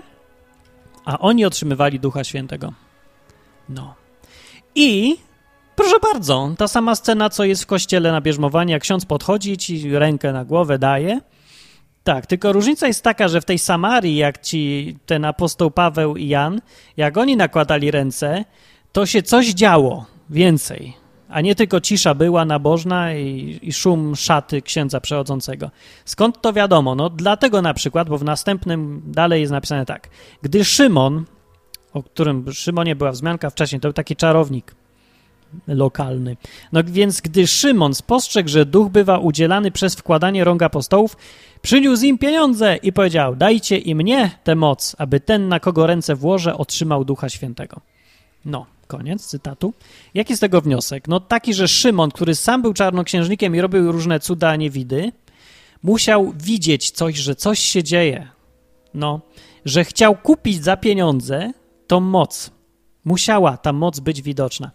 a oni otrzymywali Ducha Świętego. No. I proszę bardzo, ta sama scena, co jest w kościele na bierzmowanie, jak ksiądz podchodzi, ci rękę na głowę daje. Tak, tylko różnica jest taka, że w tej Samarii, jak ten apostoł Paweł i Jan, jak oni nakładali ręce, to się coś działo więcej, a nie tylko cisza była nabożna i szum szaty księdza przechodzącego. Skąd to wiadomo? No dlatego na przykład, bo w następnym dalej jest napisane tak. Gdy Szymon, o którym Szymonie była wzmianka wcześniej, to był taki czarownik lokalny. No więc gdy Szymon spostrzegł, że duch bywa udzielany przez wkładanie rąk apostołów, przyniósł im pieniądze i powiedział, dajcie i mnie tę moc, aby ten, na kogo ręce włożę, otrzymał Ducha Świętego. No, koniec cytatu. Jaki z tego wniosek? No taki, że Szymon, który sam był czarnoksiężnikiem i robił różne cuda, niewidy, musiał widzieć coś, że coś się dzieje. No, że chciał kupić za pieniądze tą moc. Musiała ta moc być widoczna.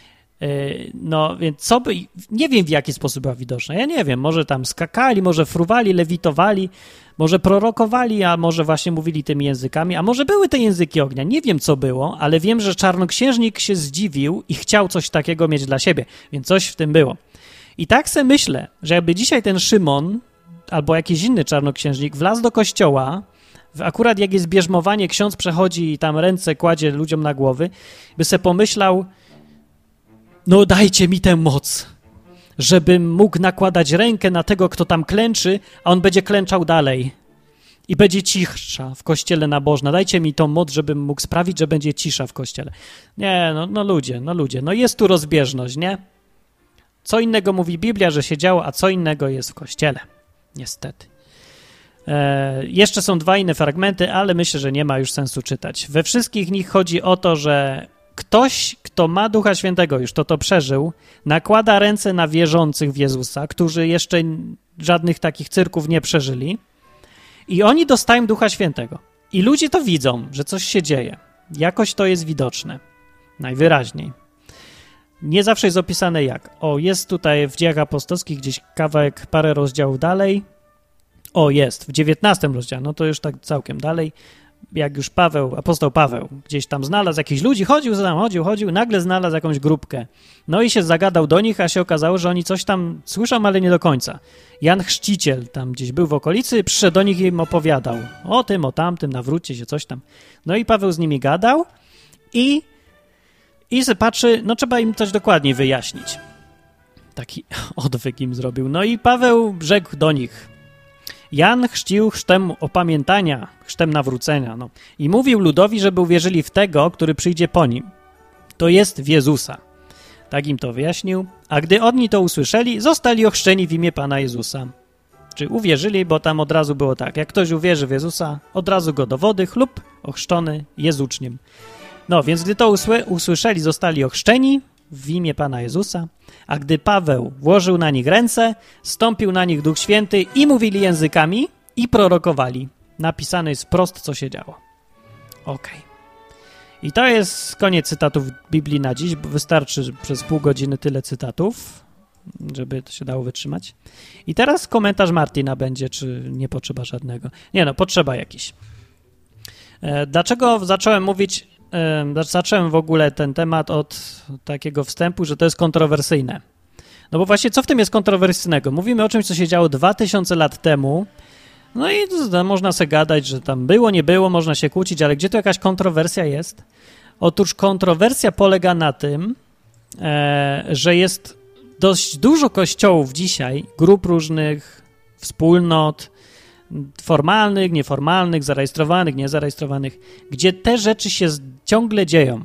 No, więc nie wiem w jaki sposób była widoczna. Ja nie wiem, może tam skakali, może fruwali, lewitowali, może prorokowali, a może właśnie mówili tymi językami, a może były te języki ognia. Nie wiem, co było, ale wiem, że czarnoksiężnik się zdziwił i chciał coś takiego mieć dla siebie, więc coś w tym było. I tak se myślę, że jakby dzisiaj ten Szymon albo jakiś inny czarnoksiężnik wlazł do kościoła, akurat jak jest bierzmowanie, ksiądz przechodzi i tam ręce kładzie ludziom na głowy, by se pomyślał, no dajcie mi tę moc, żebym mógł nakładać rękę na tego, kto tam klęczy, a on będzie klęczał dalej i będzie cisza w kościele nabożna. Dajcie mi tą moc, żebym mógł sprawić, że będzie cisza w kościele. Nie, no ludzie, no jest tu rozbieżność, nie? Co innego mówi Biblia, że się działo, a co innego jest w kościele. Niestety. Jeszcze są 2 inne fragmenty, ale myślę, że nie ma już sensu czytać. We wszystkich nich chodzi o to, że ktoś, kto ma Ducha Świętego, już to przeżył, nakłada ręce na wierzących w Jezusa, którzy jeszcze żadnych takich cyrków nie przeżyli i oni dostają Ducha Świętego. I ludzie to widzą, że coś się dzieje. Jakoś to jest widoczne. Najwyraźniej. Nie zawsze jest opisane jak. Jest tutaj w Dziejach Apostolskich gdzieś kawałek, parę rozdziałów dalej. Jest, w 19 rozdziale, no to już tak całkiem dalej. Jak już apostoł Paweł gdzieś tam znalazł jakichś ludzi, chodził, nagle znalazł jakąś grupkę. No i się zagadał do nich, a się okazało, że oni coś tam słyszą, ale nie do końca. Jan Chrzciciel tam gdzieś był w okolicy, przyszedł do nich i im opowiadał o tym, o tamtym, nawróćcie się, coś tam. No i Paweł z nimi gadał i se patrzy, no trzeba im coś dokładniej wyjaśnić. Taki odwyk im zrobił. No i Paweł rzekł do nich: Jan chrzcił chrztem opamiętania, chrztem nawrócenia, i mówił ludowi, żeby uwierzyli w tego, który przyjdzie po nim. To jest w Jezusa. Tak im to wyjaśnił. A gdy oni to usłyszeli, zostali ochrzczeni w imię Pana Jezusa. Czy uwierzyli, bo tam od razu było tak. Jak ktoś uwierzy w Jezusa, od razu go do wody, chlub, ochrzczony, jest uczniem. Więc gdy to usłyszeli, zostali ochrzczeni w imię Pana Jezusa, a gdy Paweł włożył na nich ręce, stąpił na nich Duch Święty i mówili językami i prorokowali. Napisane jest wprost, co się działo. I to jest koniec cytatów Biblii na dziś, bo wystarczy przez pół godziny tyle cytatów, żeby to się dało wytrzymać. I teraz komentarz Martina będzie, czy nie potrzeba żadnego. Potrzeba jakiś. Dlaczego zacząłem w ogóle ten temat od takiego wstępu, że to jest kontrowersyjne? No bo właśnie co w tym jest kontrowersyjnego? Mówimy o czymś, co się działo 2000 lat temu, no i można sobie gadać, że tam było, nie było, można się kłócić, ale gdzie tu jakaś kontrowersja jest? Otóż kontrowersja polega na tym, że jest dość dużo kościołów dzisiaj, grup różnych, wspólnot, formalnych, nieformalnych, zarejestrowanych, niezarejestrowanych, gdzie te rzeczy się ciągle dzieją.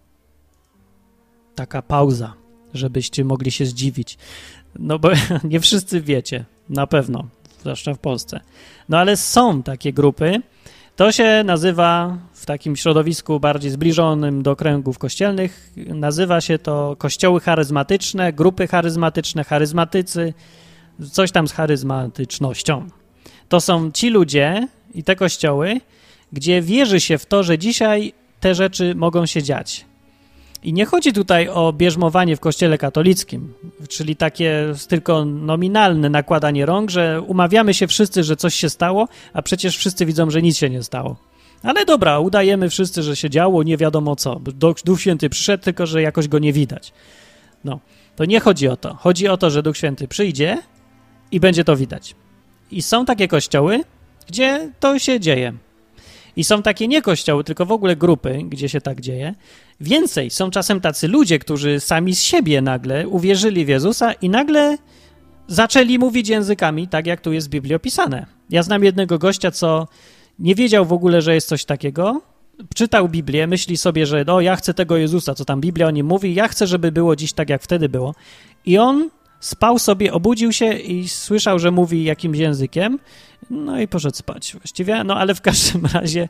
Taka pauza, żebyście mogli się zdziwić. No bo nie wszyscy wiecie, na pewno, zwłaszcza w Polsce. No ale są takie grupy. To się nazywa w takim środowisku bardziej zbliżonym do kręgów kościelnych, nazywa się to kościoły charyzmatyczne, grupy charyzmatyczne, charyzmatycy, coś tam z charyzmatycznością. To są ci ludzie i te kościoły, gdzie wierzy się w to, że dzisiaj te rzeczy mogą się dziać. I nie chodzi tutaj o bierzmowanie w kościele katolickim, czyli takie tylko nominalne nakładanie rąk, że umawiamy się wszyscy, że coś się stało, a przecież wszyscy widzą, że nic się nie stało. Ale dobra, udajemy wszyscy, że się działo, nie wiadomo co. Duch Święty przyszedł, tylko że jakoś go nie widać. To nie chodzi o to. Chodzi o to, że Duch Święty przyjdzie i będzie to widać. I są takie kościoły, gdzie to się dzieje. I są takie nie kościoły, tylko w ogóle grupy, gdzie się tak dzieje. Więcej, są czasem tacy ludzie, którzy sami z siebie nagle uwierzyli w Jezusa i nagle zaczęli mówić językami, tak jak tu jest w Biblii opisane. Ja znam jednego gościa, co nie wiedział w ogóle, że jest coś takiego. Czytał Biblię, myśli sobie, że ja chcę tego Jezusa, co tam Biblia o nim mówi, ja chcę, żeby było dziś tak, jak wtedy było. I on spał sobie, obudził się i słyszał, że mówi jakimś językiem, no i poszedł spać właściwie, ale w każdym razie,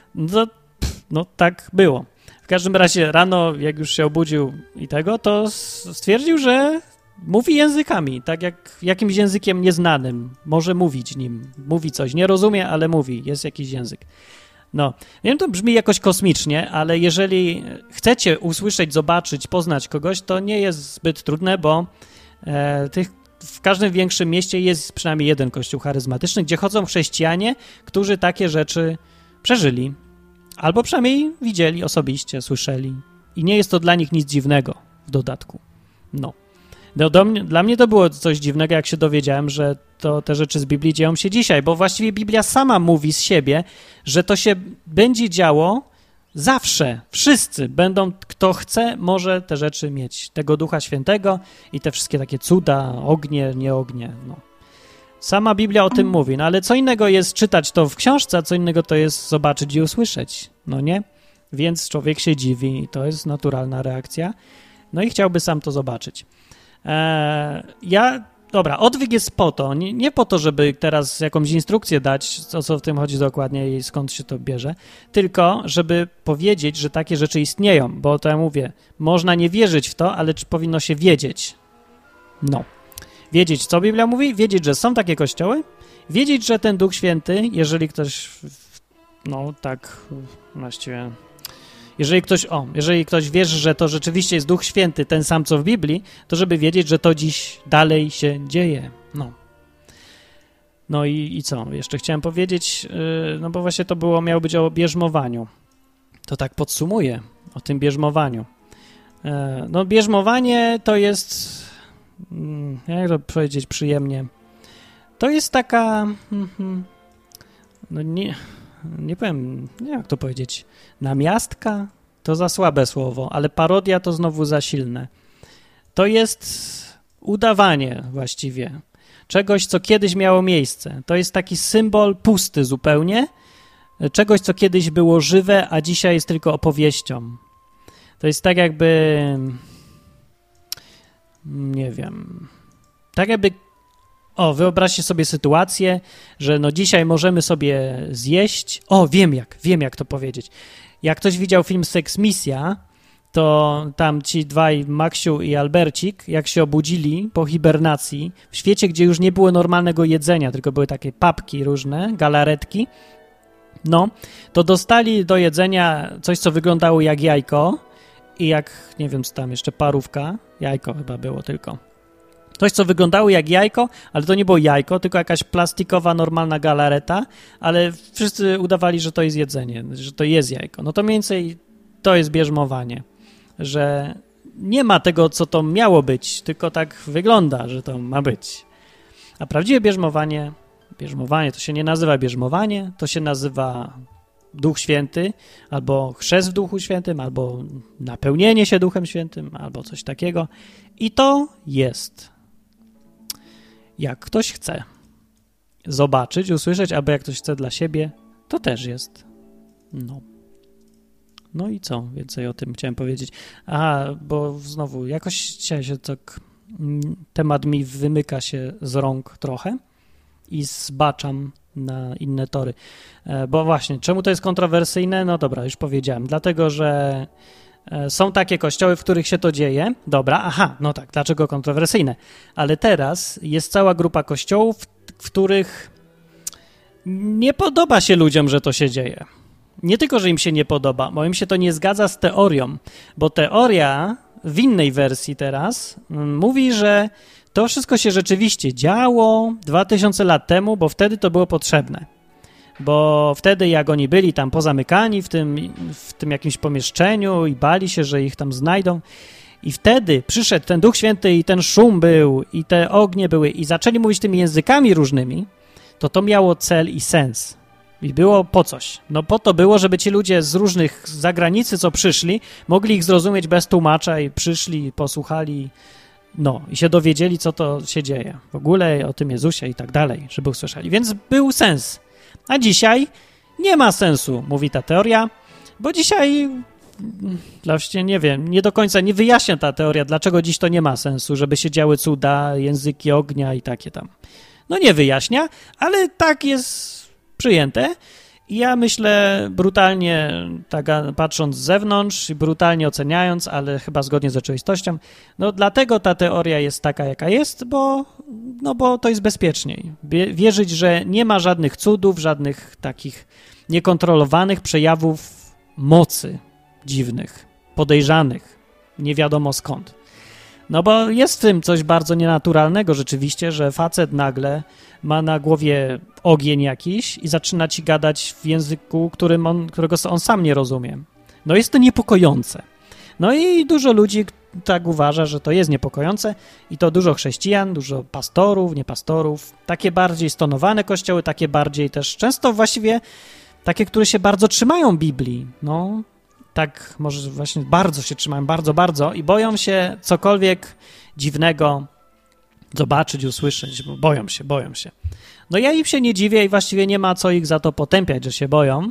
tak było. W każdym razie rano, jak już się obudził to stwierdził, że mówi językami, tak jak jakimś językiem nieznanym, może mówić nim, mówi coś, nie rozumie, ale mówi, jest jakiś język. Wiem, to brzmi jakoś kosmicznie, ale jeżeli chcecie usłyszeć, zobaczyć, poznać kogoś, to nie jest zbyt trudne, bo w każdym większym mieście jest przynajmniej jeden kościół charyzmatyczny, gdzie chodzą chrześcijanie, którzy takie rzeczy przeżyli. Albo przynajmniej widzieli osobiście, słyszeli. I nie jest to dla nich nic dziwnego w dodatku. Dla mnie to było coś dziwnego, jak się dowiedziałem, że te rzeczy z Biblii dzieją się dzisiaj, bo właściwie Biblia sama mówi z siebie, że to się będzie działo zawsze. Wszyscy będą, kto chce, może te rzeczy mieć. Tego Ducha Świętego i te wszystkie takie cuda, ognie, nie ognie. Sama Biblia o tym mówi, ale co innego jest czytać to w książce, a co innego to jest zobaczyć i usłyszeć. Nie? Więc człowiek się dziwi i to jest naturalna reakcja. I chciałby sam to zobaczyć. Ja dobra, odwyk jest po to, nie po to, żeby teraz jakąś instrukcję dać, o co w tym chodzi dokładnie i skąd się to bierze, tylko żeby powiedzieć, że takie rzeczy istnieją, bo to ja mówię, można nie wierzyć w to, ale czy powinno się wiedzieć. No. Wiedzieć, co Biblia mówi, wiedzieć, że są takie kościoły, wiedzieć, że ten Duch Święty, jeżeli ktoś, no tak właściwie... Jeżeli ktoś wierzy, że to rzeczywiście jest Duch Święty, ten sam co w Biblii, to żeby wiedzieć, że to dziś dalej się dzieje. No i co? Jeszcze chciałem powiedzieć, no bo właśnie to miało być o bierzmowaniu. To tak podsumuję o tym bierzmowaniu. No bierzmowanie to jest, jak to powiedzieć przyjemnie, to jest taka, no nie powiem, jak to powiedzieć, namiastka to za słabe słowo, ale parodia to znowu za silne. To jest udawanie właściwie czegoś, co kiedyś miało miejsce. To jest taki symbol pusty zupełnie, czegoś, co kiedyś było żywe, a dzisiaj jest tylko opowieścią. To jest tak jakby, nie wiem, tak jakby wyobraźcie sobie sytuację, że no dzisiaj możemy sobie zjeść. Wiem jak to powiedzieć. Jak ktoś widział film Seks Misja, to tam ci dwaj, Maksiu i Albercik, jak się obudzili po hibernacji, w świecie, gdzie już nie było normalnego jedzenia, tylko były takie papki różne, galaretki, no, to dostali do jedzenia coś, co wyglądało jak jajko i jak, nie wiem co tam jeszcze, parówka, jajko chyba było tylko. Coś, co wyglądało jak jajko, ale to nie było jajko, tylko jakaś plastikowa, normalna galareta, ale wszyscy udawali, że to jest jedzenie, że to jest jajko. No to mniej więcej to jest bierzmowanie, że nie ma tego, co to miało być, tylko tak wygląda, że to ma być. A prawdziwe bierzmowanie to się nie nazywa bierzmowanie, to się nazywa Duch Święty, albo chrzest w Duchu Świętym, albo napełnienie się Duchem Świętym, albo coś takiego. I to jest. Jak ktoś chce zobaczyć, usłyszeć, albo jak ktoś chce dla siebie, to też jest. No i co? Więcej o tym chciałem powiedzieć. Bo znowu jakoś dzisiaj się tak temat mi wymyka się z rąk trochę i zbaczam na inne tory. Bo właśnie, czemu to jest kontrowersyjne? No dobra, już powiedziałem. Dlatego, że są takie kościoły, w których się to dzieje. Dobra, no tak, dlaczego kontrowersyjne? Ale teraz jest cała grupa kościołów, w których nie podoba się ludziom, że to się dzieje. Nie tylko, że im się nie podoba, bo im się to nie zgadza z teorią, bo teoria w innej wersji teraz mówi, że to wszystko się rzeczywiście działo 2000 lat temu, bo wtedy to było potrzebne. Bo wtedy jak oni byli tam pozamykani w tym jakimś pomieszczeniu i bali się, że ich tam znajdą i wtedy przyszedł ten Duch Święty i ten szum był i te ognie były i zaczęli mówić tymi językami różnymi, to miało cel i sens. I było po coś. No po to było, żeby ci ludzie z różnych zagranicy, co przyszli, mogli ich zrozumieć bez tłumacza i przyszli, posłuchali, i się dowiedzieli, co to się dzieje. W ogóle o tym Jezusie i tak dalej, żeby usłyszeli. Więc był sens. A dzisiaj nie ma sensu, mówi ta teoria, bo dzisiaj, właśnie nie wiem, nie do końca nie wyjaśnia ta teoria, dlaczego dziś to nie ma sensu, żeby się działy cuda, języki ognia i takie tam. No nie wyjaśnia, ale tak jest przyjęte. I ja myślę brutalnie, tak patrząc z zewnątrz i brutalnie oceniając, ale chyba zgodnie z rzeczywistością, dlatego ta teoria jest taka, jaka jest, bo to jest bezpieczniej. Wierzyć, że nie ma żadnych cudów, żadnych takich niekontrolowanych przejawów mocy dziwnych, podejrzanych, nie wiadomo skąd. Bo jest w tym coś bardzo nienaturalnego rzeczywiście, że facet nagle ma na głowie ogień jakiś i zaczyna ci gadać w języku, którego on sam nie rozumie. Jest to niepokojące. I dużo ludzi tak uważa, że to jest niepokojące i to dużo chrześcijan, dużo pastorów, niepastorów, takie bardziej stonowane kościoły, takie bardziej też często właściwie takie, które się bardzo trzymają Biblii. Tak może właśnie bardzo się trzymają, bardzo i boją się cokolwiek dziwnego zobaczyć, usłyszeć, bo boją się. Ja im się nie dziwię i właściwie nie ma co ich za to potępiać, że się boją,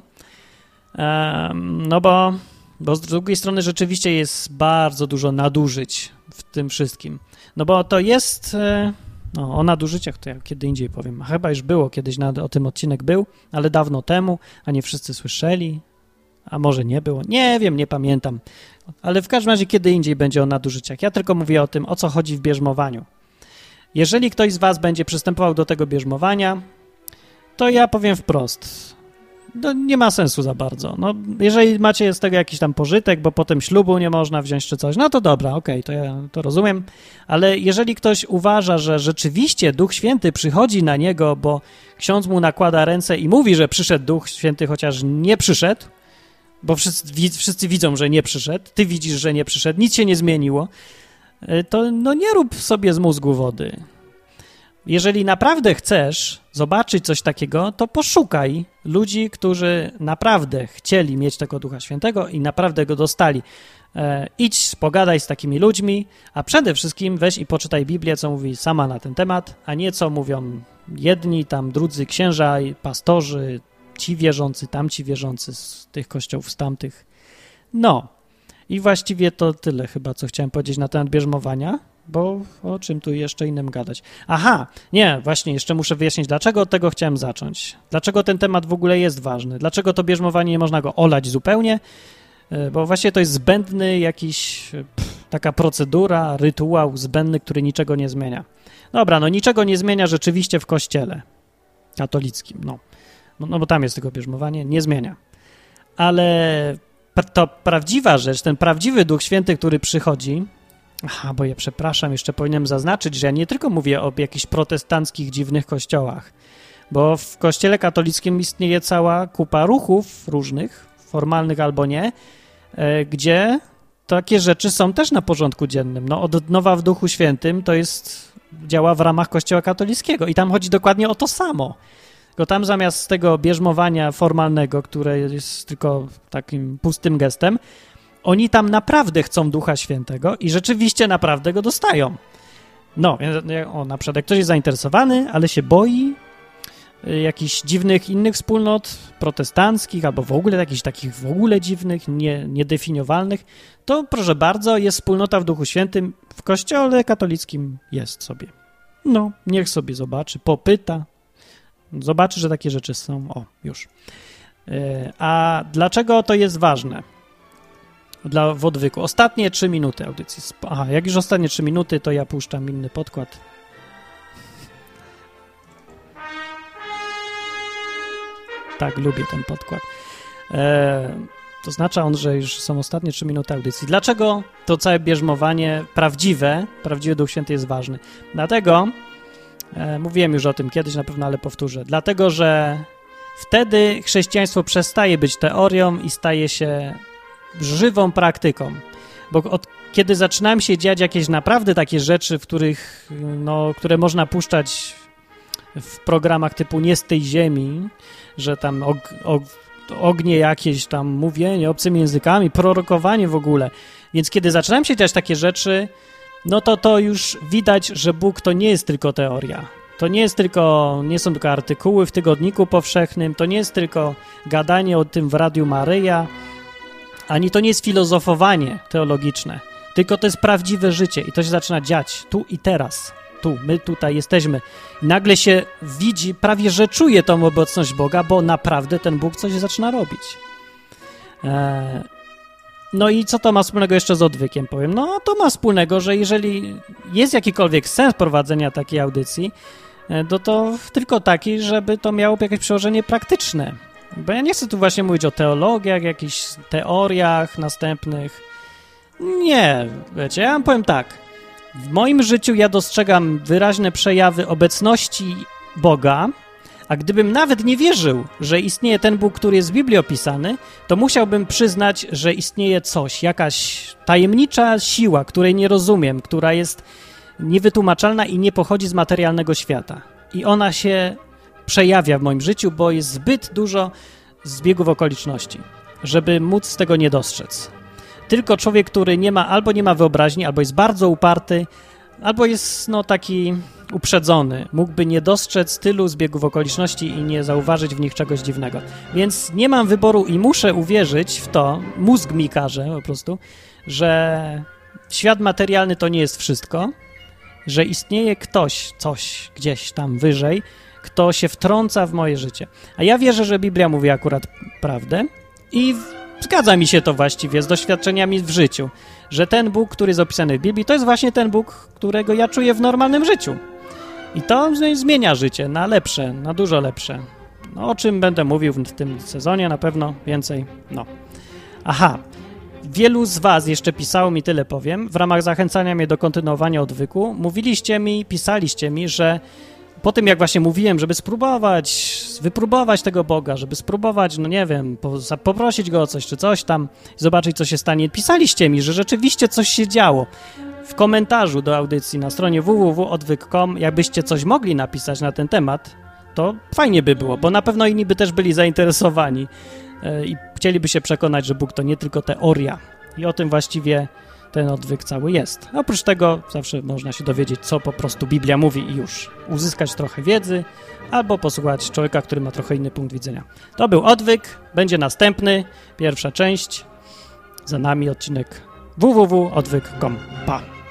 bo z drugiej strony rzeczywiście jest bardzo dużo nadużyć w tym wszystkim. Bo to jest, No, o nadużyciach to ja kiedy indziej powiem. A chyba już było kiedyś, o tym odcinek był, ale dawno temu, a nie wszyscy słyszeli. A może nie było? Nie wiem, nie pamiętam. Ale w każdym razie kiedy indziej będzie o nadużyciach. Ja tylko mówię o tym, o co chodzi w bierzmowaniu. Jeżeli ktoś z was będzie przystępował do tego bierzmowania, to ja powiem wprost. No, nie ma sensu za bardzo. No, jeżeli macie z tego jakiś tam pożytek, bo potem ślubu nie można wziąć czy coś, no to dobra, okej, to ja to rozumiem. Ale jeżeli ktoś uważa, że rzeczywiście Duch Święty przychodzi na niego, bo ksiądz mu nakłada ręce i mówi, że przyszedł Duch Święty, chociaż nie przyszedł, bo wszyscy widzą, że nie przyszedł, ty widzisz, że nie przyszedł, nic się nie zmieniło, to no nie rób sobie z mózgu wody. Jeżeli naprawdę chcesz zobaczyć coś takiego, to poszukaj ludzi, którzy naprawdę chcieli mieć tego Ducha Świętego i naprawdę go dostali. Idź, pogadaj z takimi ludźmi, a przede wszystkim weź i poczytaj Biblię, co mówi sama na ten temat, a nie co mówią jedni, tam drudzy księża, pastorzy, ci wierzący, tamci wierzący z tych kościołów, z tamtych. No i właściwie to tyle chyba, co chciałem powiedzieć na temat bierzmowania, bo o czym tu jeszcze innym gadać? Aha, nie, właśnie jeszcze muszę wyjaśnić, dlaczego od tego chciałem zacząć. Dlaczego ten temat w ogóle jest ważny? Dlaczego to bierzmowanie nie można go olać zupełnie? Bo właśnie to jest zbędny jakiś, taka procedura, rytuał zbędny, który niczego nie zmienia. Dobra, no niczego nie zmienia rzeczywiście w kościele katolickim, no bo tam jest tylko bierzmowanie, nie zmienia. Ale to prawdziwa rzecz, ten prawdziwy Duch Święty, który przychodzi. Aha, bo ja przepraszam, jeszcze powinienem zaznaczyć, że ja nie tylko mówię o jakichś protestanckich, dziwnych kościołach, bo w kościele katolickim istnieje cała kupa ruchów różnych, formalnych albo nie, gdzie takie rzeczy są też na porządku dziennym. No, odnowa w Duchu Świętym to działa w ramach kościoła katolickiego i tam chodzi dokładnie o to samo. Tylko tam zamiast tego bierzmowania formalnego, które jest tylko takim pustym gestem, oni tam naprawdę chcą Ducha Świętego i rzeczywiście naprawdę go dostają. No, na przykład jak ktoś jest zainteresowany, ale się boi jakichś dziwnych innych wspólnot protestanckich albo w ogóle jakichś takich w ogóle dziwnych, niedefiniowalnych, to proszę bardzo, jest wspólnota w Duchu Świętym, w kościele katolickim jest sobie. No, niech sobie zobaczy, popyta, zobaczy, że takie rzeczy są. O, już. A dlaczego to jest ważne? W odwyku. Ostatnie 3 minuty audycji. Aha, jak już ostatnie 3 minuty, to ja puszczam inny podkład. Tak, lubię ten podkład. To znaczy że już są ostatnie 3 minuty audycji. Dlaczego to całe bierzmowanie prawdziwy Duch Święty jest ważny? Dlatego, mówiłem już o tym kiedyś na pewno, ale powtórzę. Dlatego, że wtedy chrześcijaństwo przestaje być teorią i staje się żywą praktyką, bo kiedy zaczynałem się dziać jakieś naprawdę takie rzeczy, które można puszczać w programach typu Nie z tej ziemi, że tam ognie jakieś tam mówienie obcymi językami, prorokowanie w ogóle, więc kiedy zaczynałem się dziać takie rzeczy, no to już widać, że Bóg to nie jest tylko teoria. To nie są tylko artykuły w Tygodniku Powszechnym, to nie jest tylko gadanie o tym w Radiu Maryja, ani to nie jest filozofowanie teologiczne, tylko to jest prawdziwe życie i to się zaczyna dziać tu i teraz. My tutaj jesteśmy. I nagle się widzi, prawie że czuje tą obecność Boga, bo naprawdę ten Bóg coś zaczyna robić. No i co to ma wspólnego jeszcze z odwykiem, powiem? No to ma wspólnego, że jeżeli jest jakikolwiek sens prowadzenia takiej audycji, to tylko taki, żeby to miało jakieś przełożenie praktyczne. Bo ja nie chcę tu właśnie mówić o teologiach, jakichś teoriach następnych. Nie, wiecie, ja wam powiem tak. W moim życiu ja dostrzegam wyraźne przejawy obecności Boga, a gdybym nawet nie wierzył, że istnieje ten Bóg, który jest w Biblii opisany, to musiałbym przyznać, że istnieje coś, jakaś tajemnicza siła, której nie rozumiem, która jest niewytłumaczalna i nie pochodzi z materialnego świata. I ona się przejawia w moim życiu, bo jest zbyt dużo zbiegów okoliczności, żeby móc z tego nie dostrzec. Tylko człowiek, który albo nie ma wyobraźni, albo jest bardzo uparty, albo jest taki uprzedzony, mógłby nie dostrzec tylu zbiegów okoliczności i nie zauważyć w nich czegoś dziwnego. Więc nie mam wyboru i muszę uwierzyć w to, mózg mi każe po prostu, że świat materialny to nie jest wszystko że istnieje ktoś, coś gdzieś tam wyżej, kto się wtrąca w moje życie. A ja wierzę, że Biblia mówi akurat prawdę i zgadza mi się to właściwie z doświadczeniami w życiu, że ten Bóg, który jest opisany w Biblii, to jest właśnie ten Bóg, którego ja czuję w normalnym życiu. I to zmienia życie na lepsze, na dużo lepsze. No, o czym będę mówił w tym sezonie na pewno więcej. No. Aha. Wielu z was jeszcze pisało mi, tyle powiem, w ramach zachęcania mnie do kontynuowania odwyku. Mówiliście mi, pisaliście mi, że po tym jak właśnie mówiłem, żeby spróbować, wypróbować tego Boga, żeby spróbować, no nie wiem, poprosić Go o coś czy coś tam, zobaczyć co się stanie, pisaliście mi, że rzeczywiście coś się działo. W komentarzu do audycji na stronie www.odwyk.com, jakbyście coś mogli napisać na ten temat, to fajnie by było, bo na pewno inni by też byli zainteresowani i chcieliby się przekonać, że Bóg to nie tylko teoria. I o tym właściwie ten odwyk cały jest. Oprócz tego zawsze można się dowiedzieć, co po prostu Biblia mówi i już. Uzyskać trochę wiedzy albo posłuchać człowieka, który ma trochę inny punkt widzenia. To był odwyk, będzie następny, pierwsza część. Za nami odcinek www.odwyk.com. Pa!